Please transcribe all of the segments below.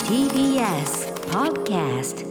TBS Podcast。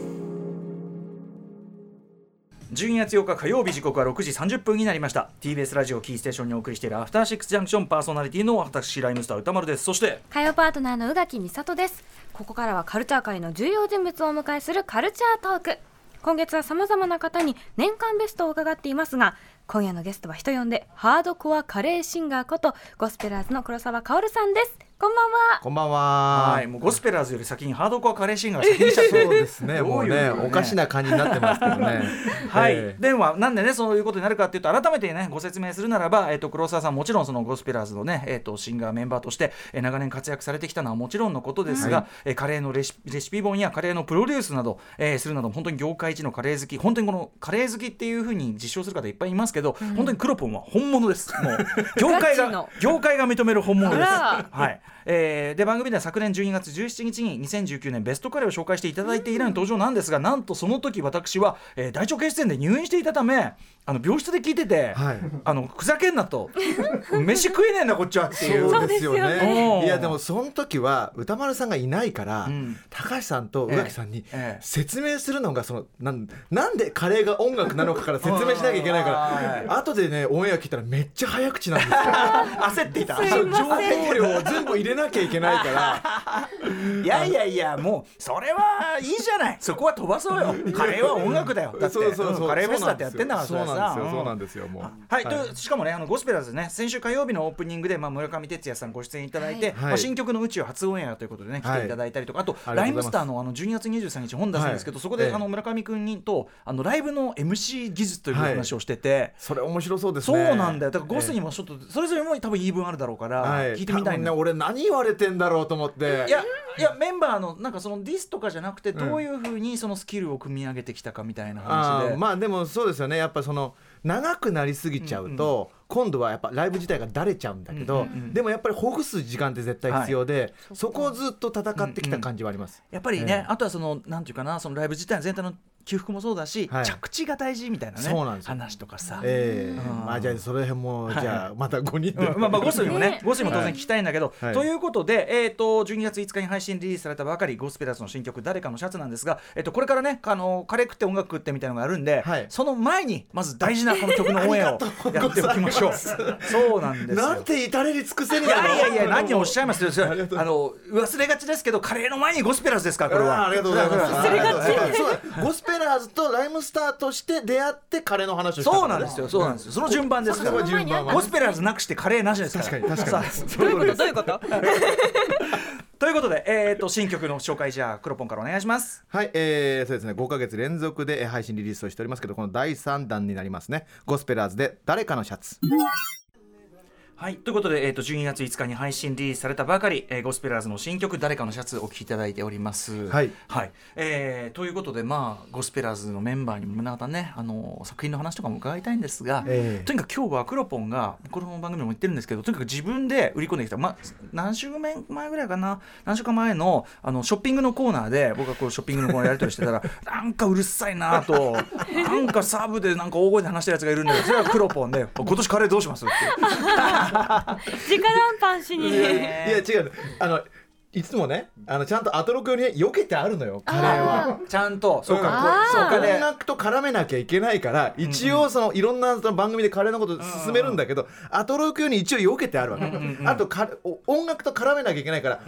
12月8日火曜日、時刻は6時30分になりました。 TBS ラジオキーステーションにお送りしているアフターシックスジャンクション、パーソナリティの私ライムスター歌丸です。そして火曜パートナーの宇垣美里です。ここからはカルチャー界の重要人物をお迎えするカルチャートーク。今月は様々な方に年間ベストを伺っていますが、今夜のゲストは人呼んでハードコアカレーシンガーことゴスペラーズの黒沢薫さんです。こんばんは。 こんばんは。 はい、もうゴスペラーズより先にハードコアカレーシンガー先にしちゃってそうですね、もうね、おかしな感じになってますけどねはい、ではなんでねそういうことになるかっていうと、改めてねご説明するならば、黒沢さんもちろんそのゴスペラーズのね、シンガーメンバーとして、長年活躍されてきたのはもちろんのことですが、カレーのレシピ本やカレーのプロデュースなど、するなど本当に業界一のカレー好き、本当にこのカレー好きっていう風に実証する方いっぱいいますけど、本当にクロポンは本物です。もう業界が認める本物です。はい。で番組では昨年12月17日に2019年ベストカレーを紹介していただいて以来の登場なんですが、なんとその時私は、大腸血栓で入院していたため、病室で聞いてて、はい、ふざけんなと飯食えねえんだこっちはっていう。 そうですよね。いやでもその時は歌丸さんがいないから、高橋さんと宇垣さんに説明するのがなんでカレーが音楽なのかから説明しなきゃいけないから後でねオンエア聞いたらめっちゃ早口なんですよ焦っていた。 すいません、 情報量を全部入れなきゃいけないからいやもうそれはいいじゃない、そこは飛ばそうよ。カレーは音楽だよ。だってそうカレーフェスだってやってんだから。 そうなんですよもう。 はい、しかもねゴスペラーズね、先週火曜日のオープニングで、村上哲也さんご出演いただいて、新曲の宇宙初オンエアということでね来ていただいたりとか、あとライムスターの12月23日本出すんですけど、そこで村上くんとライブの MC 技術という話をしてて、 それ面白そうですね。 そうなんだよ。だからゴスにもちょっとそれぞれも多分言い分あるだろうから聞いてみたいな。 俺何言われてんだろうと思って。 いやメンバーのなんかそのディスとかじゃなくて、どういう風にそのスキルを組み上げてきたかみたいな話で、 でもそうですよね。やっぱ長くなりすぎちゃうと、今度はやっぱライブ自体がだれちゃうんだけど、でもやっぱりほぐす時間って絶対必要で、そこをずっと戦ってきた感じはあります。 やっぱりね、あとはなんていうかな、そのライブ自体の全体の起伏もそうだし、着地が大事みたいなね、そうなんですよ話とかさ。じゃあそれ辺もじゃあまた5人で、 ゴスにもねゴスにも当然聞きたいんだけど、ということで12月5日に配信リリースされたばかりゴスペラーズの新曲誰かのシャツなんですが、これからねカレー食って音楽食ってみたいなのがあるんで、その前にまず大事なこの曲のオンエアをやっておきましょう。そうなんですよ。 なんて至れり尽くせりなの。 いや何をおっしゃいますよ。忘れがちですけどカレーの前にゴスペラーズですから、これは。 ありがとうございます。 忘れがち。 ゴスペラーズとライムスターとして出会ってカレーの話をした。 そうなんですよ。その順番ですから。ゴスペラーズなくしてカレーなしですから。 確かにどういうことということで、新曲の紹介、じゃあクロポンからお願いします。 はい、そうですね、5ヶ月連続で配信リリースをしておりますけど、この第3弾になりますね。ゴスペラーズで誰かのシャツ。 はい、ということで、12月5日に配信リリースされたばかり、ゴスペラーズの新曲誰かのシャツをお聴きいただいております。はい、ということで、ゴスペラーズのメンバーにもまたね作品の話とかも伺いたいんですが、とにかく今日はクロポンがこの番組でも言ってるんですけど、とにかく自分で売り込んできた、何週間前ぐらいかな、何週間前のショッピングのコーナーで僕がこうショッピングのコーナーやり取りしてたらなんかうるさいなとなんかサブでなんか大声で話してるやつがいるんだけど、それはクロポンで今年カレーどうしますって直談判しに。 いや違う、いつもねちゃんとアトロクよりね避けてあるのよ、カレーは。 ちゃんとそうか、音楽と絡めなきゃいけないから、一応いろんな番組でカレーのこと進めるんだけど、アトロクより一応避けてあるわけ。あと音楽と絡めなきゃいけないから、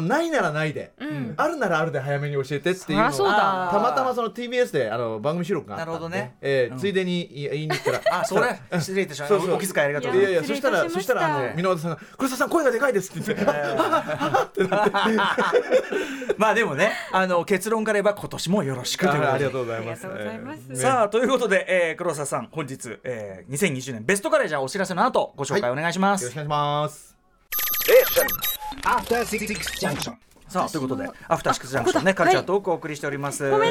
ないならないで、あるならあるで早めに教えてっていうのを、たまたまTBS で番組収録があったんで、ついでに言いに行ったら、 それ失礼いたしました、お気遣いありがとう。 いやそしたら箕輪田さんが黒沢さん声がでかいですって言ってってなって。 でもね結論から言えば今年もよろしくということで、 ありがとうございます。 さあということで、黒沢さん本日、2020年ベストカレー、じゃあお知らせの後ご紹介お願いします。 よろしくお願いします。 さあということでアフターシックスジャンクションね、カルチャートークをお送りしております。 ごめんなさ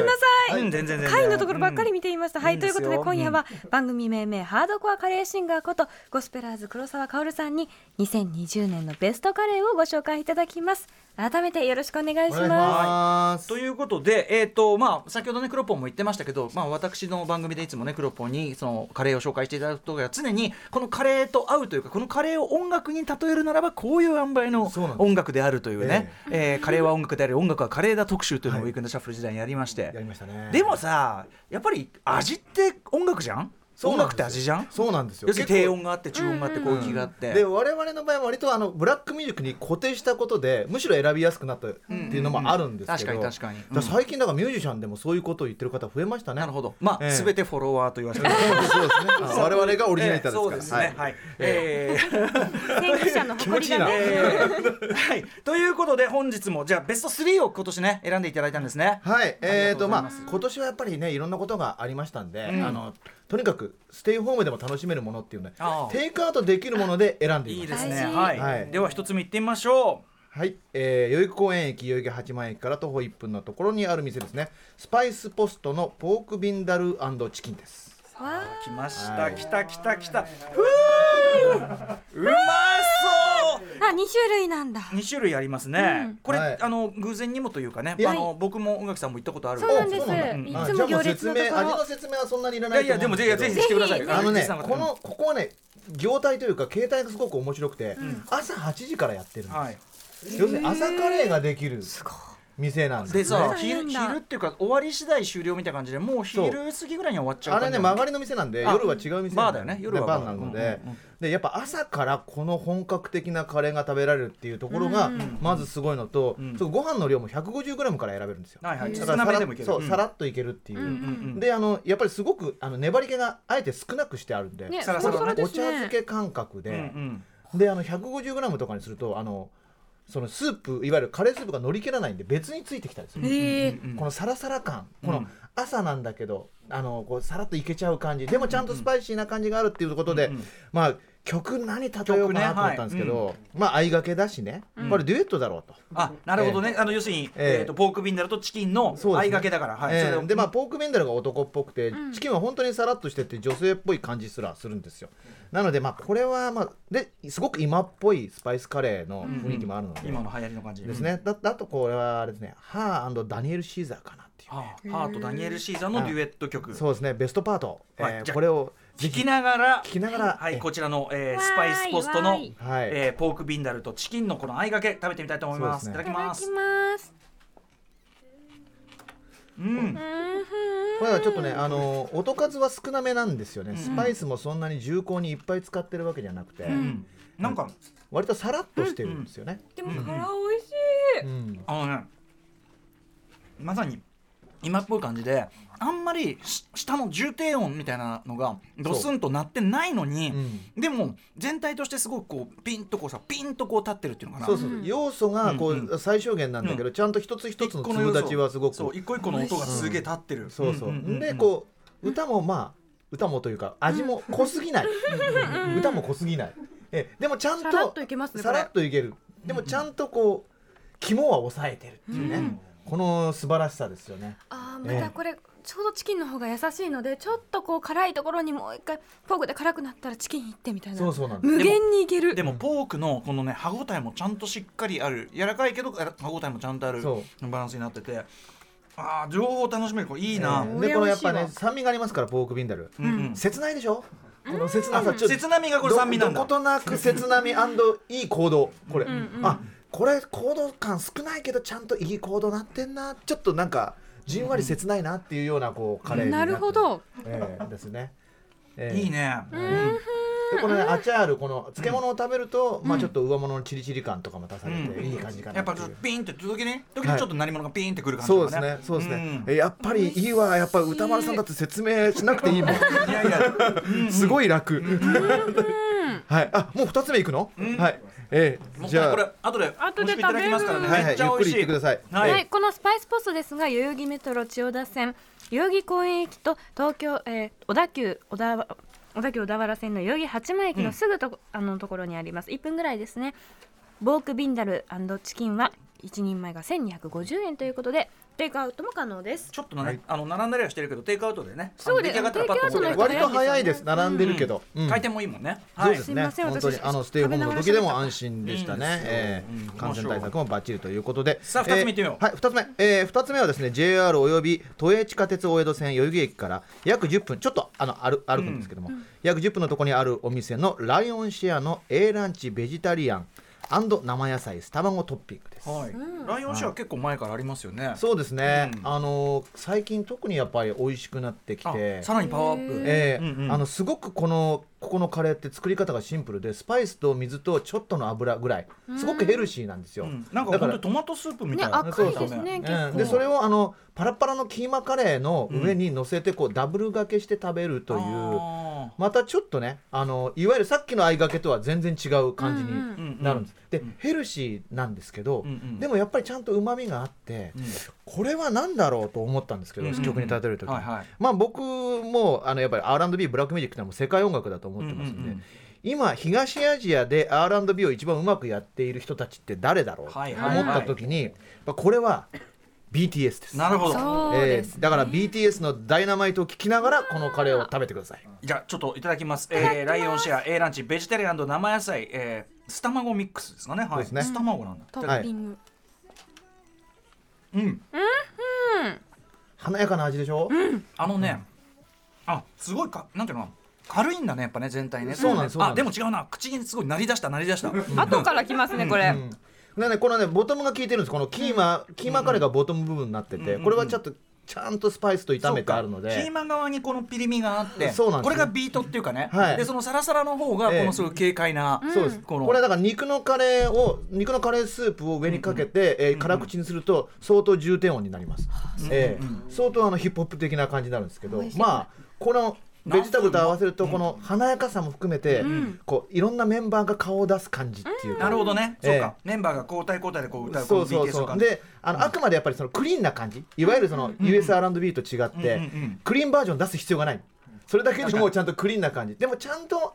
全然貝のところばっかり見ていました、はい、 いいんですよということで今夜は番組命名、ハードコアカレーシンガーことゴスペラーズ黒沢薫さんに2020年のベストカレーをご紹介いただきます。改めてよろしくお願いしお願いしまます。 ということで、先ほどねクロポンも言ってましたけど、私の番組でいつもねクロポンにそのカレーを紹介していただくときは常にこのカレーと合うというか、このカレーを音楽に例えるならばこういう塩梅のそうなんです音楽であるというね、カレーは音楽であり音楽はカレーだ特集というのをウィークエンドシャッフル時代にやりまして、 やりましたね。 でもさやっぱり味って音楽じゃん。音楽って味じゃん。 そうなんですよ。 要するに低音があって中音があって広域があって、 で我々の場合は割とブラックミュージックに固定したことでむしろ選びやすくなったっていうのもあるんですけど、 確かに、 だから最近だからミュージシャンでもそういうことを言ってる方増えましたね。 なるほど、全てフォロワーと言わせてそうですね。我々がオリジナリティですから。 そうですね、はい、 す先駆者の誇りがね、 はい、ということで本日もじゃあベスト3を今年ね選んでいただいたんですね。 はい、 ありがとうございます今年はやっぱりねいろんなことがありましたんで、とにかくステイホームでも楽しめるものっていうね、テイクアウトできるもので選んでいます。 いいですね、 大はい、 はいでは一つ目いってみましょはい、代々木公園駅代々木八幡駅から徒歩1分のところにある店ですね。スパイスポストのポークビンダル&チキンです。 わう。来ました、 はい来たふーうまそうあ、2種類なんだ。 2種類ありますね、これ、 はい偶然にもというかね、 いや僕も音楽さんも行ったことあるそうなんです、 そうなんだいあつも行列のとこじゃあもう味ろの説明はそんなにいらいやないと思うんですけど、 ぜひしてください。 ぜひね実際のここはね業態というか形態がすごく面白くて、朝8時からやってるんです、 はい要するに朝カレーができる店なんですね。 でさ、 そうなんだ昼っていうか終わり次第終了みたいな感じでもう昼過ぎぐらいには終わっちゃうあれね感じ曲がりの店なんで夜は違う店バーだよね夜はバーなので、でやっぱ朝からこの本格的なカレーが食べられるっていうところがまずすごいのと、そうご飯の量も 150g から選べるんですよ。 はいはい、少だからなめでもいける。 そうさらっといけるっていう、でやっぱりすごく粘り気があえて少なくしてあるんで、 ねサラサラねサラサラですお茶漬ね。 け感覚で、 うんで150g とかにするとそのスープいわゆるカレースープが乗り切らないんで別についてきたりする、このサラサラ感、この朝なんだけどこうさらっといけちゃう感じでもちゃんとスパイシーな感じがあるっていうことで、まあ曲何例えようかなと思ったんですけど、まあ相掛けだしね、これデュエットだろうと。 あ、なるほどね、要するに、ポークビンダルとチキンの相掛けだから、はい、それでまあポークビンダルが男っぽくて、チキンは本当にさらっとしてて女性っぽい感じすらするんですよ。なのでまあこれはですごく今っぽいスパイスカレーの雰囲気もあるので、 今の流行りの感じですね。あとこれはあれですね、ハー&ダニエル・シーザーかなっていうね、 ハーとダニエル・シーザーのデュエット曲、 そうですね、ベストパート、 はいじゃあこれを聴きながらはいこちらの、スパイスポストの、 はいポークビンダルとチキンのこの相掛け食べてみたいと思います。 そうですねいただきます。 いただきます。 これはちょっとね音数は少なめなんですよね、スパイスもそんなに重厚にいっぱい使ってるわけじゃなくて、 なんか割とさらっとしてるんですよね、 でも辛美味しい。 まさに今っぽい感じであんまり下の重低音みたいなのがドスンと鳴ってないのに、でも全体としてすごくこうピンとこう立ってるっていうのかな。 そうそう要素がこう、最小限なんだけど、ちゃんと一つ一つの粒立ちはすごくそう一個一個の音がすげえ立ってる。 そうそう、でこう歌もというか味も濃すぎない歌も濃すぎない、でもちゃんとさらっといけますねさらっといける、でもちゃんとこう肝は抑えてるっていうね、この素晴らしさですよね。 あーまたこれ、ちょうどチキンの方が優しいのでちょっとこう辛いところにもう一回フォークで辛くなったらチキンいってみたいな、 そうなんです。 無限にいける。 でもポークのこのね歯ごたえもちゃんとしっかりある、柔らかいけど歯ごたえもちゃんとあるそバランスになってて、両方楽しめる、これいいな。 でこのやっぱね美味しい酸味がありますからポークビンダル、 うん切ないでしょ、この切なさ、 切なみがこれ酸味なんだ。 どことなく切なみいいコード、これ、これコード感少ないけどちゃんといいコードなってんな、ちょっとなんかじんわり切ないなっていうようなこうカレーになってなるほど、 ですね、 いいね。 でこのねアチャール、この漬物を食べると、まあちょっと上物のチリチリ感とかも足されていい感じかなやっぱっていう。 ピンって時にちょっと何者がピンってくる感じとかね。 そうですね、やっぱりいいわ、やっぱ歌丸さんだって説明しなくていいもんいやいや、 すごい楽、はい、もう2つ目いくの、はい、じゃあこれ後で後で美味しくいただきますからね。 はいはいめっちゃ美味しい。 ゆっくり言ってくださいはいこのスパイスポストですが代々木メトロ千代田線代々木公園駅と東京、小田急小田原線の代々木八幡駅のすぐところにあります。1分ぐらいですね。ボークビンダル&チキンは 1人前が1250円ということでテイクアウトも可能です。 ちょっとね、並んだりはしてるけどテイクアウトでね、 そうです、 出来上がったらパッとテイクアウトの人割と早いです。並んでるけど、 回転もいいもんね。 そうですね。 すいません本当に私ステイホームの時でも安心でしたね。 うん感染対策もバッチリということで。 さあ2つ目いってみよう。 はい、2つ目はですね JR および都営地下鉄大江戸線代々木駅から約10分ちょっと歩くんですけども、約10分のところにあるお店のライオンシェアの A ランチベジタリアン&生野菜ス卵トッピングです。 はい、ライオンシェア結構前からありますよね。 そうですね、最近特にやっぱり美味しくなってきて、 さらにパワーアップ。 すごくここのカレーって作り方がシンプルで、スパイスと水とちょっとの油ぐらいすごくヘルシーなんですよ。 なんか本当にトマトスープみたいな、 赤いですね。結構でそれをパラパラのキーマカレーの上に乗せてダブルがけして食べるという、またちょっとねいわゆるさっきのあいがけとは全然違う感じになるんです。でヘルシーなんですけど、でもやっぱりちゃんと旨味があって、これは何だろうと思ったんですけど、曲に立てる時に、僕もやっぱり R&B ブラックミュージックってのはもう世界音楽だと思ってますんで、今東アジアで R&B を一番うまくやっている人たちって誰だろうと思った時に、これはBTS です。 なるほど。 だから BTS のダイナマイトを聞きながらこのカレーを食べてください。 じゃあちょっといただきます。ライオンシェア A ランチベジタリアン&生野菜、スタマゴミックスですかね。はい。スタマゴなんだ。 トッピング。 華やかな味でしょ。 すごいなんていうの軽いんだねやっぱね全体ね。 そうなんです。 でも違うな、口にすごい鳴り出した。 後からきますねこれ。 このねボトムが効いてるんです。このキーマカレーがボトム部分になってて、これはちゃんとスパイスと炒めてあるので、 キーマ側にこのピリミがあって、 そうなんです。 これがビートっていうかね。でそのサラサラの方がこのすごい軽快な。 そうです。これだから肉のカレースープを上にかけて辛口にすると相当重低音になります。相当ヒップホップ的な感じになるんですけど、このベジタブルと合わせるとこの華やかさも含めていろんなメンバーが顔を出す感じっていうか。 なるほどね。そうか。メンバーが交代でこう歌うこの BTS の感じで、 あくまでやっぱりそのクリーンな感じ、いわゆるその US R&B と違ってクリーンバージョン出す必要がない。それだけでもちゃんとクリーンな感じでもちゃんと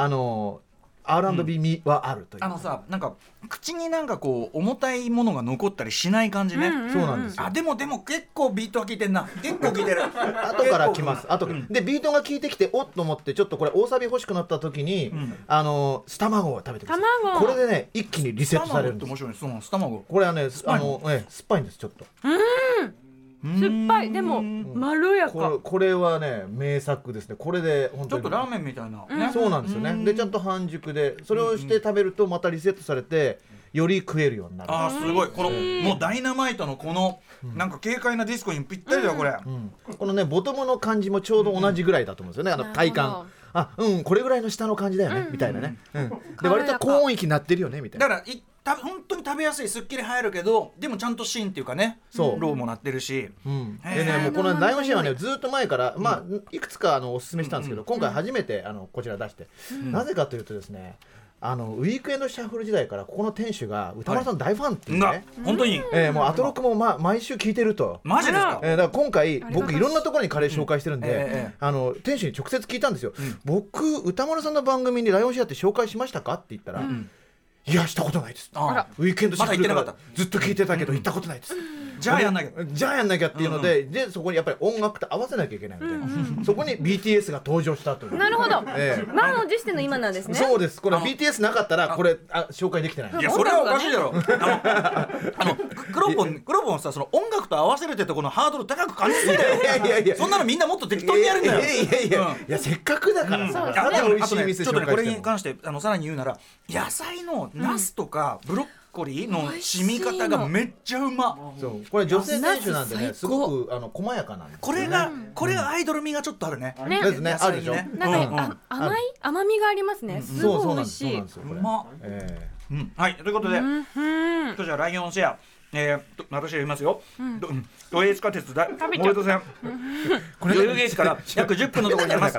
R&B 味はあるという。 なんか口になんかこう重たいものが残ったりしない感じね。 そうなんですよ。 でも結構ビートは効いてんな。結構効いてる。 後から来ます。でビートが効いてきておっと思ってちょっとこれ大サビ欲しくなった時にスタマゴを食べてください。これでね一気にリセットされるんです。 面白いです。スタマゴ。 これはね酸っぱいんですちょっと。 酸っぱいでもまろやか。 これはね名作ですね。これで本当にちょっとラーメンみたいな。 そうなんですよね。でちゃんと半熟でそれをして食べるとまたリセットされてより食えるようになる。 すごい。このもうダイナマイトのこのなんか軽快なディスコにぴったりだよこれ。 このねボトムの感じもちょうど同じぐらいだと思うんですよね。体感これぐらいの下の感じだよねみたいなね。で割と高音域になってるよねみたいな。 だから本当に食べやすい、すっきり入るけどでもちゃんと芯っていうかね、ローもなってるし。でねもうこのライオンシェアはねずっと前からいくつかおすすめしたんですけど、今回初めてこちら出して、なぜかというとですねウィークエンドシャッフル時代からここの店主が歌丸さん大ファンっていうね。 本当にもうアトロクも毎週聞いてると。 マジですか。 だから今回僕いろんなところにカレー紹介してるんで店主に直接聞いたんですよ。僕歌丸さんの番組にライオンシェアって紹介しましたかって言ったら、いやしたことないです。ウィークエンドシャッフルからずっと聞いてたけど行ったことないです。 じゃあやんなきゃっていうのでそこにやっぱり音楽と合わせなきゃいけないので、そこに BTS が登場したという。 なるほど。満を持しての今なんですね。 そうです。これ BTS なかったらこれ紹介できてない。 いやそれはおかしいだろ。クロポンさ、その音楽と合わせるってとこのハードル高く感じすぎだよ。そんなのみんなもっと適当にやるんだよ。 いやせっかくだからさ。美味しい店紹介しても。 これに関してさらに言うなら、野菜のナスとかブロッコリーの染み方がめっちゃうま。 これ女性店主なんでねすごく細やかなんです。 これがアイドル味がちょっとあるね。 ですね。あるでしょ。 なんか甘みがありますね。すごい美味しい。 はい、ということでじゃあライオンシェア私は言いますよ。都営地下鉄大江戸線代々木駅から約10分のところにあります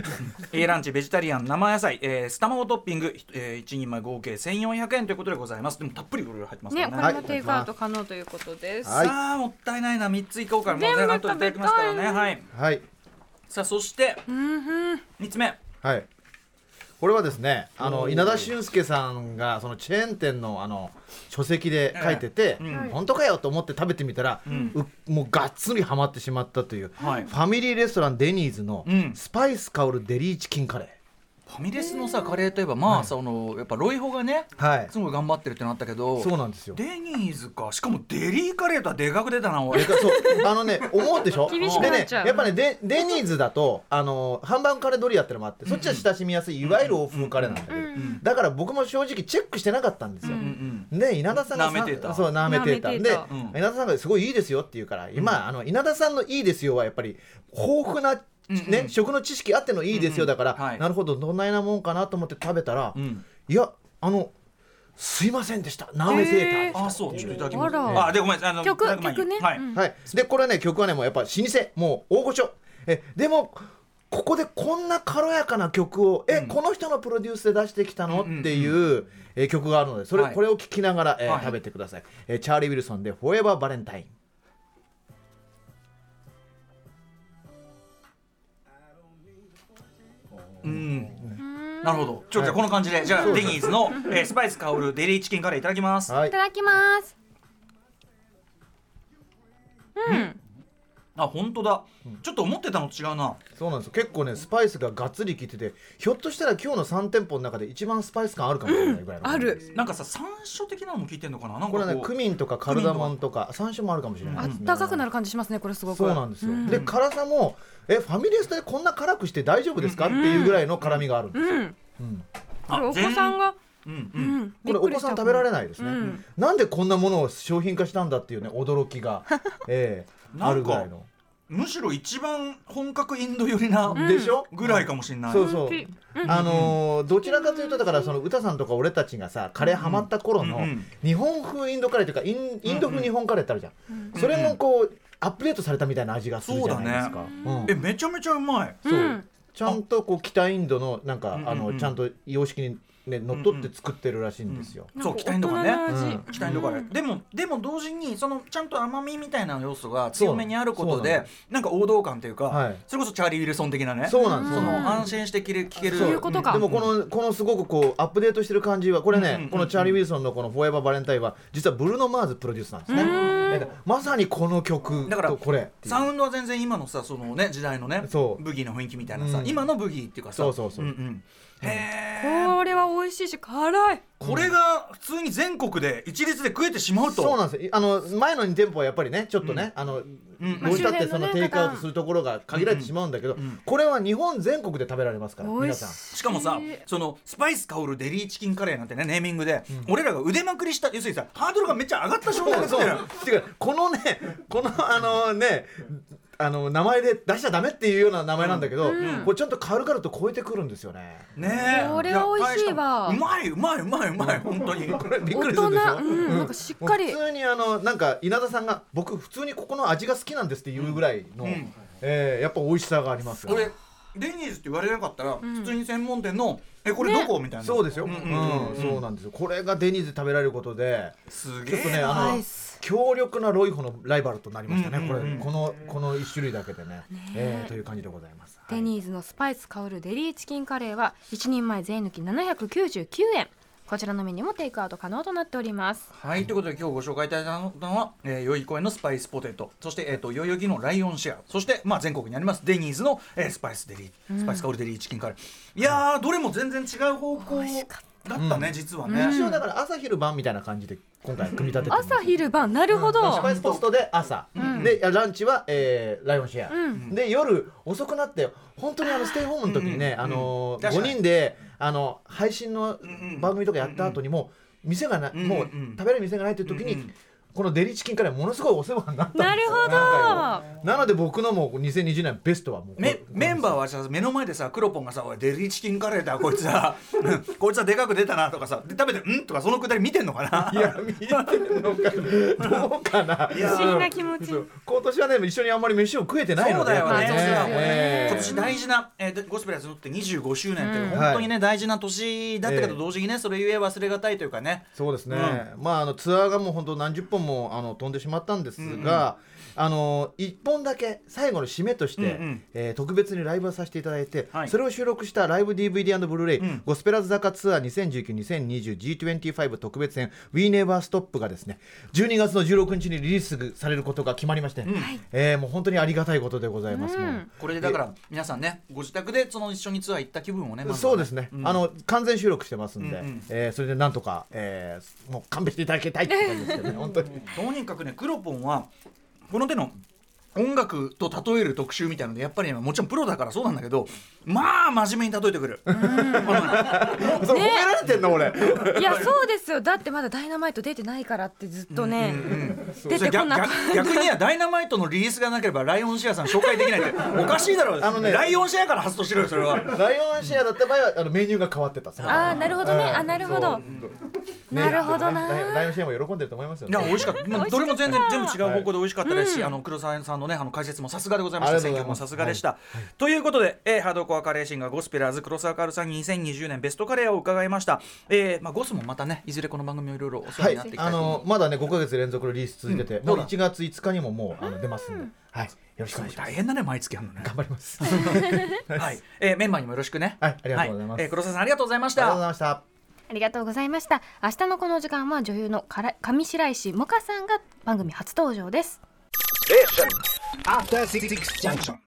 A ランチベジタリアン生野菜スタマゴトッピング1人前合計1400円ということでございます。でもたっぷりいろいろ入ってますからね。 これもテイクアウト可能ということです。 さあもったいないな、3ついこうから、もう前半といただきますからね。はい。さあそして3つ目、 これはですね稲田俊介さんがそのチェーン店の書籍で書いてて、本当かよと思って食べてみたら、もうがっつりハマってしまったという、ファミリーレストランデニーズのスパイス香るデリーチキンカレー。 ファミレスのさカレーといえばまあ、そのやっぱロイホがね、すごい頑張ってるってなったけど、 そうなんですよ。 デニーズか、しかもデリーカレーとはでかく出たな俺。 そう思うでしょ。 厳しくなっちゃう。 やっぱねデニーズだとハンバーグカレードリアってのもあって、そっちは親しみやすいいわゆる欧風カレーなんだけど、だから僕も正直チェックしてなかったんですよ。で稲田さんが舐めてた。 そう舐めてた。で稲田さんがすごいいいですよって言うから、今稲田さんのいいですよはやっぱり豊富なね、食の知識あってのいいですよだから、なるほどどんなようなもんかなと思って食べたら、いやすいませんでしたなめてた。 あ、そうちょっといただきます。でごめん曲ね。 はい。でこれね曲はねもうやっぱ老舗もう大御所。でもここでこんな軽やかな曲をこの人のプロデュースで出してきたのっていう曲があるので、これを聴きながら食べてください。チャーリー・ウィルソンでフォーエバーバレンタイン。 なるほど。じゃあこの感じで、じゃあデニーズのスパイス香るデリーチキンカレーいただきます。 いただきます。 本当だ。ちょっと思ってたのと違うな。 そうなんですよ。結構ねスパイスががっつり効いてて、ひょっとしたら今日の3店舗の中で一番スパイス感あるかもしれないぐらいの、 ある。 なんかさ山椒的なのも効いてんのかな。なんかこれねクミンとかカルダモンとか山椒もあるかもしれないですね。 あったかくなる感じしますねこれすごく。 そうなんですよ。で辛さもファミレスでこんな辛くして大丈夫ですかっていうぐらいの辛みがあるんですよ。 これお子さんがこれお子さん食べられないですね。なんでこんなものを商品化したんだっていうね驚きがあるぐらいの。 むしろ一番本格インド寄りなでしょぐらいかもしれない。 そうそう。どちらかというとだからその歌さんとか俺たちがさカレーハマった頃の日本風インドカレーというかインド風日本カレーってあるじゃん。それもこうアップデートされたみたいな味がするじゃないですか。 めちゃめちゃうまい。 そうちゃんとこう北インドのなんかちゃんと様式にね乗っ取って作ってるらしいんですよ。 そう北インドカレーね。北インドカレー。でも同時にそのちゃんと甘みみたいな要素が強めにあることでなんか王道感というか、それこそチャーリー・ウィルソン的なね。 そうなんです。 その安心して聴ける。 そういうことか。 でもこのすごくこうアップデートしてる感じはこれねこのチャーリー・ウィルソンのこのフォーエバーバレンタインは実はブルーノ・マーズプロデュースなんですね。まさにこの曲とこれ。 サウンドは全然今のさそのね時代のねブギーの雰囲気みたいなさ今のブギーっていうかさ。 そう。 これは美味しいし辛い。 これが普通に全国で一律で食えてしまうと。 そうなんですよ。前の2店舗はやっぱりねちょっとねどうしたってそのテイクアウトするところが限られてしまうんだけど、これは日本全国で食べられますから皆さん。 しかもさそのスパイス香るデリーチキンカレーなんてねネーミングで俺らが腕まくりした要するにさハードルがめっちゃ上がった状態ですよ。 てかこの名前で出しちゃダメっていうような名前なんだけど、これちゃんと軽々と超えてくるんですよね。 これは美味しいわ。 うまい本当に。 これびっくりするでしょ。 なんかしっかり。 普通になんか稲田さんが僕普通にここの味が好きなんですっていうぐらいのやっぱ美味しさがありますよ。 これデニーズって言われなかったら普通に専門店のこれどこみたいな。 そうですよ。そうなんですよ。これがデニーズで食べられることですげえね強力なロイホのライバルとなりましたね。この1種類だけでねという感じでございます。 デニーズのスパイス香るデリーチキンカレーは1人前税抜き799円。こちらのメニューもテイクアウト可能となっております。 はい、ということで今日ご紹介いただいたのは代々木公園のスパイスポテト、そして代々木のライオンシェア、そして全国にありますデニーズのスパイス香るデリーチキンカレー。いやーどれも全然違う方向だったね実はね。 一応だから朝昼晩みたいな感じで今回組み立ててます。 朝昼晩なるほど。 スパイスポストで朝でランチはライオンシェアで夜遅くなって本当にステイホームの時にね5人で配信の番組とかやった後にも店がもう食べれる店がないという時にこのデリチキンカレーものすごいお世話になったんですよ。 なるほど。 なので僕のもう2020年ベストはもうメンバーはさ目の前でさクロポンがさおいデリチキンカレーだこいつはこいつはでかく出たなとかさで食べてとかそのくだり見てんのかな。 いや見てんのかどうかな。 不思議な気持ち。 今年はね一緒にあんまり飯を食えてないので。 そうだよね。今年大事なゴスペラーズにとって25周年っていう本当にね大事な年だったけど同時にねそれゆえ忘れがたいというかね。 そうですね。ツアーがもう本当何十本も飛んでしまったんですが、1本だけ最後の締めとして、特別にライブをさせていただいて、それを収録したライブ DVD& ブルーレイ、ゴスペラーズ坂ツアー 2019-2020G25 特別編 We Never Stop がですね12月の16日にリリースされることが決まりまして、もう本当にありがたいことでございます。もうこれでだから皆さんねご自宅で一緒にツアー行った気分をね、 そうですね、完全収録してますんで、それでなんとか、もう勘弁していただきたいって感じですけどね本当にとにかくね、クロポンはこの手の音楽と例える特集みたいなのでやっぱり、ね、もちろんプロだからそうなんだけど、まあ真面目に例えてくる。 それ褒められてんの俺。 いやそうですよ、だってまだダイナマイト出てないからってずっとね、出てこなかった。 逆にはダイナマイトのリリースがなければライオンシェアさん紹介できないっておかしいだろう。ライオンシェアから発動してるよそれは。 ライオンシェアだった場合はメニューが変わってた。 ああなるほどね、なるほど、なるほどな。 ライオンシェアも喜んでると思いますよ。 いや美味しかった。どれも全部違う方向で美味しかったですし、黒沢さんのね解説もさすがでございました。選曲もさすがでした。ということで、ハードコアカレーシンガーゴスペラーズ黒沢カールさんに2020年ベストカレーを伺いました。ゴスもまたねいずれこの番組をいろいろお世話になっていきたいとまだね5ヶ月連続リリース続いてて、もう1月5日にももう出ますんで、はい、よろしくお願いします。 大変だね毎月あるのね。 頑張ります。 はい、メンバーにもよろしくね。 はい、ありがとうございます。 黒沢さんありがとうございました。 ありがとうございました。 ありがとうございました。明日のこの時間は女優の上白石萌歌さんが番組初登場です。 After 66 junction.